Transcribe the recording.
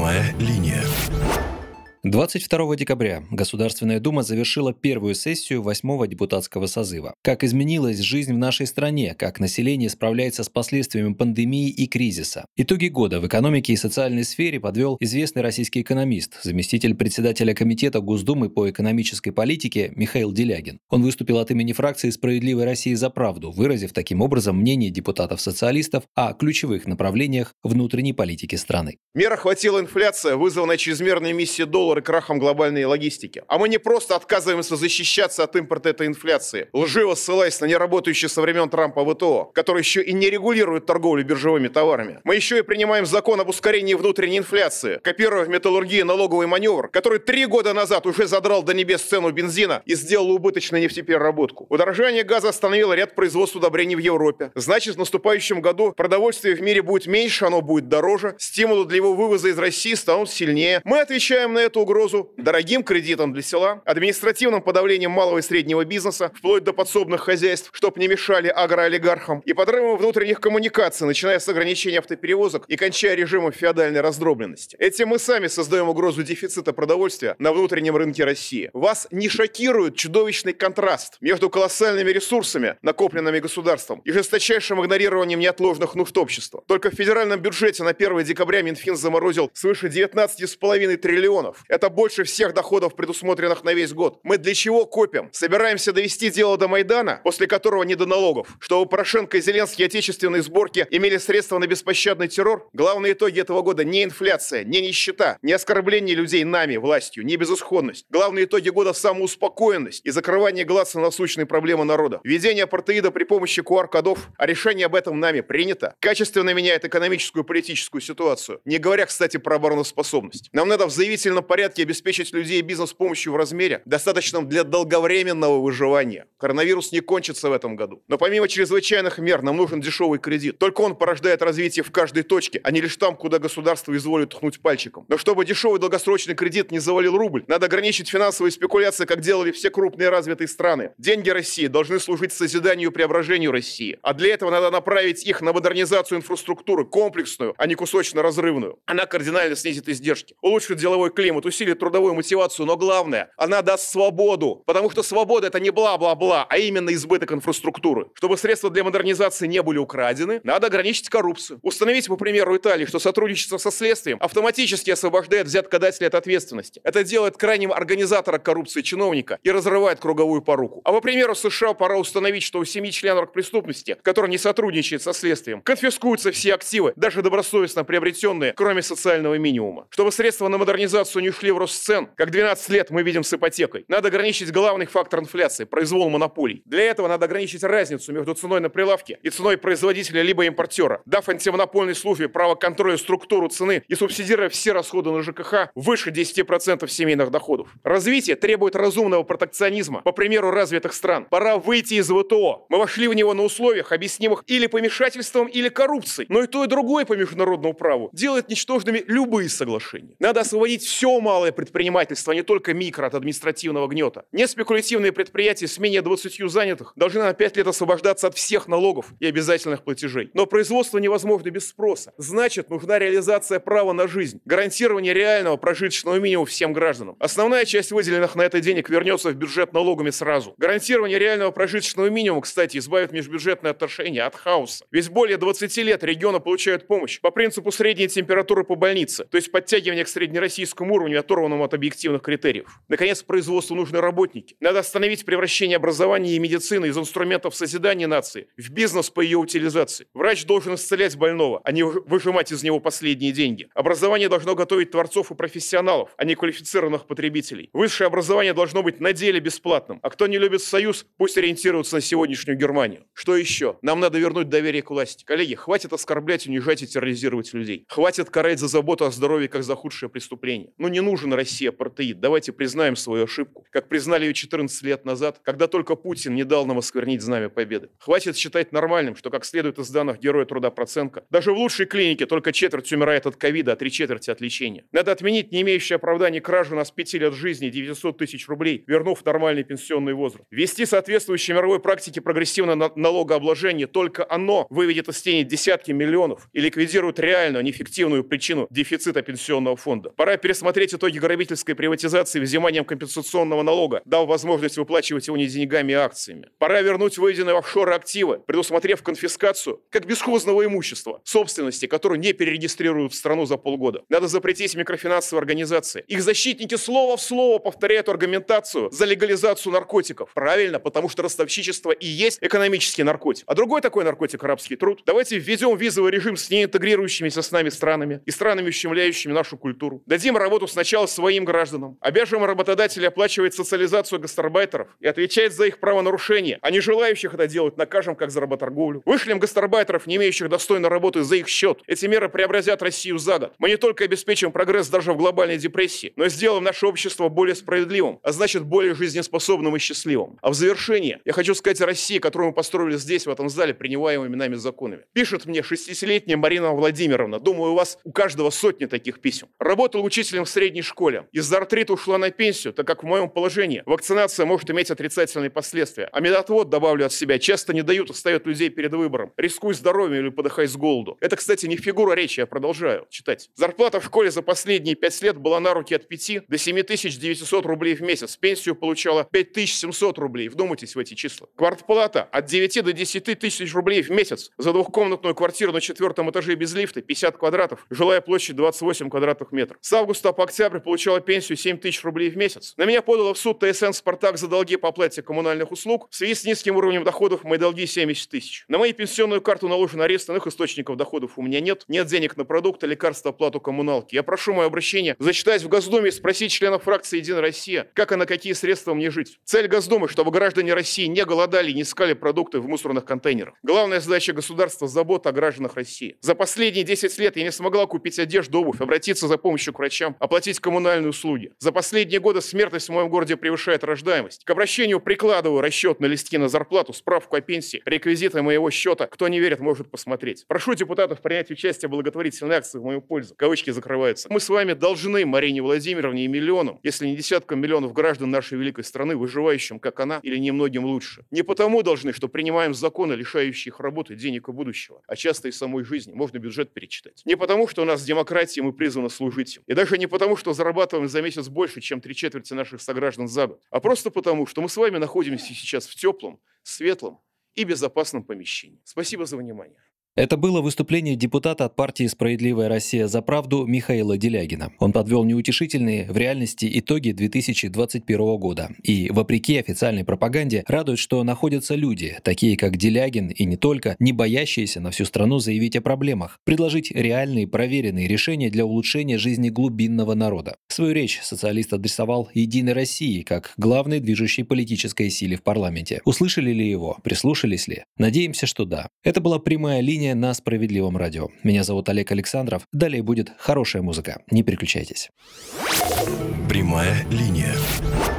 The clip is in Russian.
Прямая линия. 22 декабря Государственная Дума завершила первую сессию 8-го депутатского созыва. Как изменилась жизнь в нашей стране, как население справляется с последствиями пандемии и кризиса. Итоги года в экономике и социальной сфере подвел известный российский экономист, заместитель председателя Комитета Госдумы по экономической политике Михаил Делягин. Он выступил от имени фракции «Справедливой России за правду», выразив таким образом мнение депутатов-социалистов о ключевых направлениях внутренней политики страны. Мер охватила инфляция, вызванная чрезмерной эмиссией доллара и крахом глобальной логистики. А мы не просто отказываемся защищаться от импорта этой инфляции, лживо ссылаясь на неработающее со времен Трампа ВТО, который еще и не регулирует торговлю биржевыми товарами. Мы еще и принимаем закон об ускорении внутренней инфляции, копируя в металлургии налоговый маневр, который 3 года назад уже задрал до небес цену бензина и сделал убыточной нефтепереработку. Удорожание газа остановило ряд производств удобрений в Европе. Значит, в наступающем году продовольствия в мире будет меньше, оно будет дороже, стимулы для его вывоза из России станут сильнее. Мы отвечаем на эту угрозу дорогим кредитом для села, административным подавлением малого и среднего бизнеса, вплоть до подсобных хозяйств, чтоб не мешали агроолигархам, и подрывом внутренних коммуникаций, начиная с ограничения автоперевозок и кончая режимом феодальной раздробленности. Этим мы сами создаем угрозу дефицита продовольствия на внутреннем рынке России. Вас не шокирует чудовищный контраст между колоссальными ресурсами, накопленными государством, и жесточайшим игнорированием неотложных нужд общества. Только в федеральном бюджете на 1 декабря Минфин заморозил свыше 19,5 триллионов. Это больше всех доходов, предусмотренных на весь год. Мы для чего копим? Собираемся довести дело до Майдана, после которого не до налогов, чтобы Порошенко и Зеленский отечественные сборки имели средства на беспощадный террор? Главные итоги этого года не инфляция, не нищета, не оскорбление людей нами, властью, не безысходность. Главные итоги года — самоуспокоенность и закрывание глаз на насущные проблемы народа. Введение апартеида при помощи QR-кодов, а решение об этом нами принято, качественно меняет экономическую и политическую ситуацию. Не говоря, кстати, про обороноспособность. Нам надо в заявительном порядке обеспечить людей и бизнес помощью в размере, достаточном для долговременного выживания. Коронавирус не кончится в этом году. Но помимо чрезвычайных мер, нам нужен дешевый кредит. Только он порождает развитие в каждой точке, а не лишь там, куда государство изволит ткнуть пальчиком. Но чтобы дешевый долгосрочный кредит не завалил рубль, надо ограничить финансовые спекуляции, как делали все крупные развитые страны. Деньги России должны служить созиданию и преображению России. А для этого надо направить их на модернизацию инфраструктуры, комплексную, а не кусочно-разрывную. Она кардинально снизит издержки, улучшит деловой климат, усилит трудовую мотивацию, но главное, она даст свободу. Потому что свобода — это не бла-бла-бла, а именно избыток инфраструктуры. Чтобы средства для модернизации не были украдены, надо ограничить коррупцию. Установить, по примеру Италии, что сотрудничество со следствием автоматически освобождает взяткодателя от ответственности. Это делает крайним организатора коррупции чиновника и разрывает круговую поруку. А по примеру США пора установить, что у 7 членов преступности, которые не сотрудничают со следствием, конфискуются все активы, даже добросовестно приобретенные, кроме социального минимума. Чтобы средства на модернизацию не ушли в рост цен, как 12 лет мы видим с ипотекой, надо ограничить главный фактор инфляции — произвол монополий. Для этого надо ограничить разницу между ценой на прилавке и ценой производителя либо импортера, дав антимонопольной службе право контроля структуру цены и субсидировав все расходы на ЖКХ выше 10% семейных доходов. Развитие требует разумного протекционизма, по примеру развитых стран. Пора выйти из ВТО. Мы вошли в него на условиях, объяснимых или помешательством, или коррупцией. Но и то, и другое по международному праву делает ничтожными любые соглашения. Надо освободить все малое предпринимательство, а не только микро, от административного гнета. Неспекулятивные предприятия с менее 20 занятых должны на 5 лет освобождаться от всех налогов и обязательных платежей. Но производство невозможно без спроса. Значит, нужна реализация права на жизнь, гарантирование реального прожиточного минимума всем гражданам. Основная часть выделенных на это денег вернется в бюджет налогами сразу. Гарантирование реального прожиточного минимума, кстати, избавит межбюджетные отношения от хаоса. Ведь более 20 лет регионы получают помощь по принципу средней температуры по больнице, то есть подтягивание к среднероссийскому уровню, оторванному от объективных критериев. Наконец, производству нужны работники. Надо остановить превращение образования и медицины из инструментов созидания нации в бизнес по ее утилизации. Врач должен исцелять больного, а не выжимать из него последние деньги. Образование должно готовить творцов и профессионалов, а не квалифицированных потребителей. Высшее образование должно быть на деле бесплатным. А кто не любит Союз, пусть ориентируется на сегодняшнюю Германию. Что еще? Нам надо вернуть доверие к власти. Коллеги, хватит оскорблять, унижать и терроризировать людей. Хватит карать за заботу о здоровье как за худшее преступление. Ну не не нужен России апартеид. Давайте признаем свою ошибку, как признали ее 14 лет назад, когда только Путин не дал нам осквернить знамя победы. Хватит считать нормальным, что, как следует из данных Героя труда Проценко, даже в лучшей клинике только четверть умирает от ковида, а 3/4 от лечения. Надо отменить не имеющее оправдания кражу нас 5 лет жизни и 900 тысяч рублей, вернув нормальный пенсионный возраст. Ввести соответствующие мировой практике прогрессивное налогообложение, только оно выведет из тени десятки миллионов и ликвидирует реальную, а не фиктивную причину дефицита пенсионного фонда. Пора пересмотреть итоги грабительской приватизации взиманием компенсационного налога, дав возможность выплачивать его не деньгами, а акциями. Пора вернуть выведенные в офшоры активы, предусмотрев конфискацию как бесхозного имущества, собственности, которую не перерегистрируют в страну за полгода. Надо запретить микрофинансовые организации. Их защитники слово в слово повторяют аргументацию за легализацию наркотиков. Правильно, потому что ростовщичество и есть экономический наркотик. А другой такой наркотик — рабский труд. Давайте введем визовый режим с неинтегрирующимися с нами странами и странами, ущемляющими нашу культуру. Дадим работу сначала своим гражданам. Обяжем работодателей оплачивать социализацию гастарбайтеров и отвечать за их правонарушения, а не желающих это делать накажем как за работорговлю. Вышлем гастарбайтеров, не имеющих достойной работы, за их счет. Эти меры преобразят Россию за год. Мы не только обеспечим прогресс даже в глобальной депрессии, но и сделаем наше общество более справедливым, а значит более жизнеспособным и счастливым. А в завершение я хочу сказать о России, которую мы построили здесь, в этом зале, принимаемыми нами законами. Пишет мне 60-летняя Марина Владимировна. Думаю, у вас у каждого сотни таких писем. Работала учителем в средней школе. Из-за артрита ушла на пенсию, так как в моем положении вакцинация может иметь отрицательные последствия. А медотвод, добавлю от себя, часто не дают, оставят людей перед выбором. Рискуй здоровьем или подыхай с голоду. Это, кстати, не фигура речи, я продолжаю читать. Зарплата в школе за последние 5 лет была на руки от 5 до 7900 рублей в месяц. Пенсию получала 5700 рублей. Вдумайтесь в эти числа. Квартплата от 9 до 10 тысяч рублей в месяц за двухкомнатную квартиру на 4-м этаже без лифта, 50 квадратов, жилая площадь 28 квадратных метров. С августа по октябрь получала пенсию 7 тысяч рублей в месяц. На меня подала в суд ТСН «Спартак» за долги по оплате коммунальных услуг. В связи с низким уровнем доходов мои долги 70 тысяч. На мою пенсионную карту наложен арест, иных источников доходов у меня нет. Нет денег на продукты, лекарства, оплату коммуналки. Я прошу мое обращение зачитать в Госдуме и спросить членов фракции «Единая Россия», как и на какие средства мне жить. Цель Госдумы, чтобы граждане России не голодали и не искали продукты в мусорных контейнерах. Главная задача государства — забота о гражданах России. За последние 10 лет я не смогла купить одежду, обувь, обратиться за помощью к врачам, оплатить коммунальные услуги. За последние годы смертность в моем городе превышает рождаемость. К обращению прикладываю расчетные листки на зарплату, справку о пенсии, реквизиты моего счета. Кто не верит, может посмотреть. Прошу депутатов принять участие в благотворительной акции в мою пользу. Кавычки закрываются. Мы с вами должны Марине Владимировне и миллионам, если не десяткам миллионов граждан нашей великой страны, выживающим, как она, или немногим лучше. Не потому должны, что принимаем законы, лишающие их работы, денег и будущего, а часто и самой жизни. Можно бюджет перечитать. Не потому, что у нас демократия, мы призваны служить им. И даже не потому, что зарабатываем за месяц больше, чем 3/4 наших сограждан за год, а просто потому, что мы с вами находимся сейчас в теплом, светлом и безопасном помещении. Спасибо за внимание. Это было выступление депутата от партии «Справедливая Россия за правду» Михаила Делягина. Он подвел неутешительные в реальности итоги 2021 года. И, вопреки официальной пропаганде, радует, что находятся люди, такие как Делягин и не только, не боящиеся на всю страну заявить о проблемах, предложить реальные проверенные решения для улучшения жизни глубинного народа. Свою речь социалист адресовал «Единой России» как главной движущей политической силе в парламенте. Услышали ли его? Прислушались ли? Надеемся, что да. Это была прямая линия на Справедливом радио. Меня зовут Олег Александров. Далее будет хорошая музыка. Не переключайтесь. Прямая линия.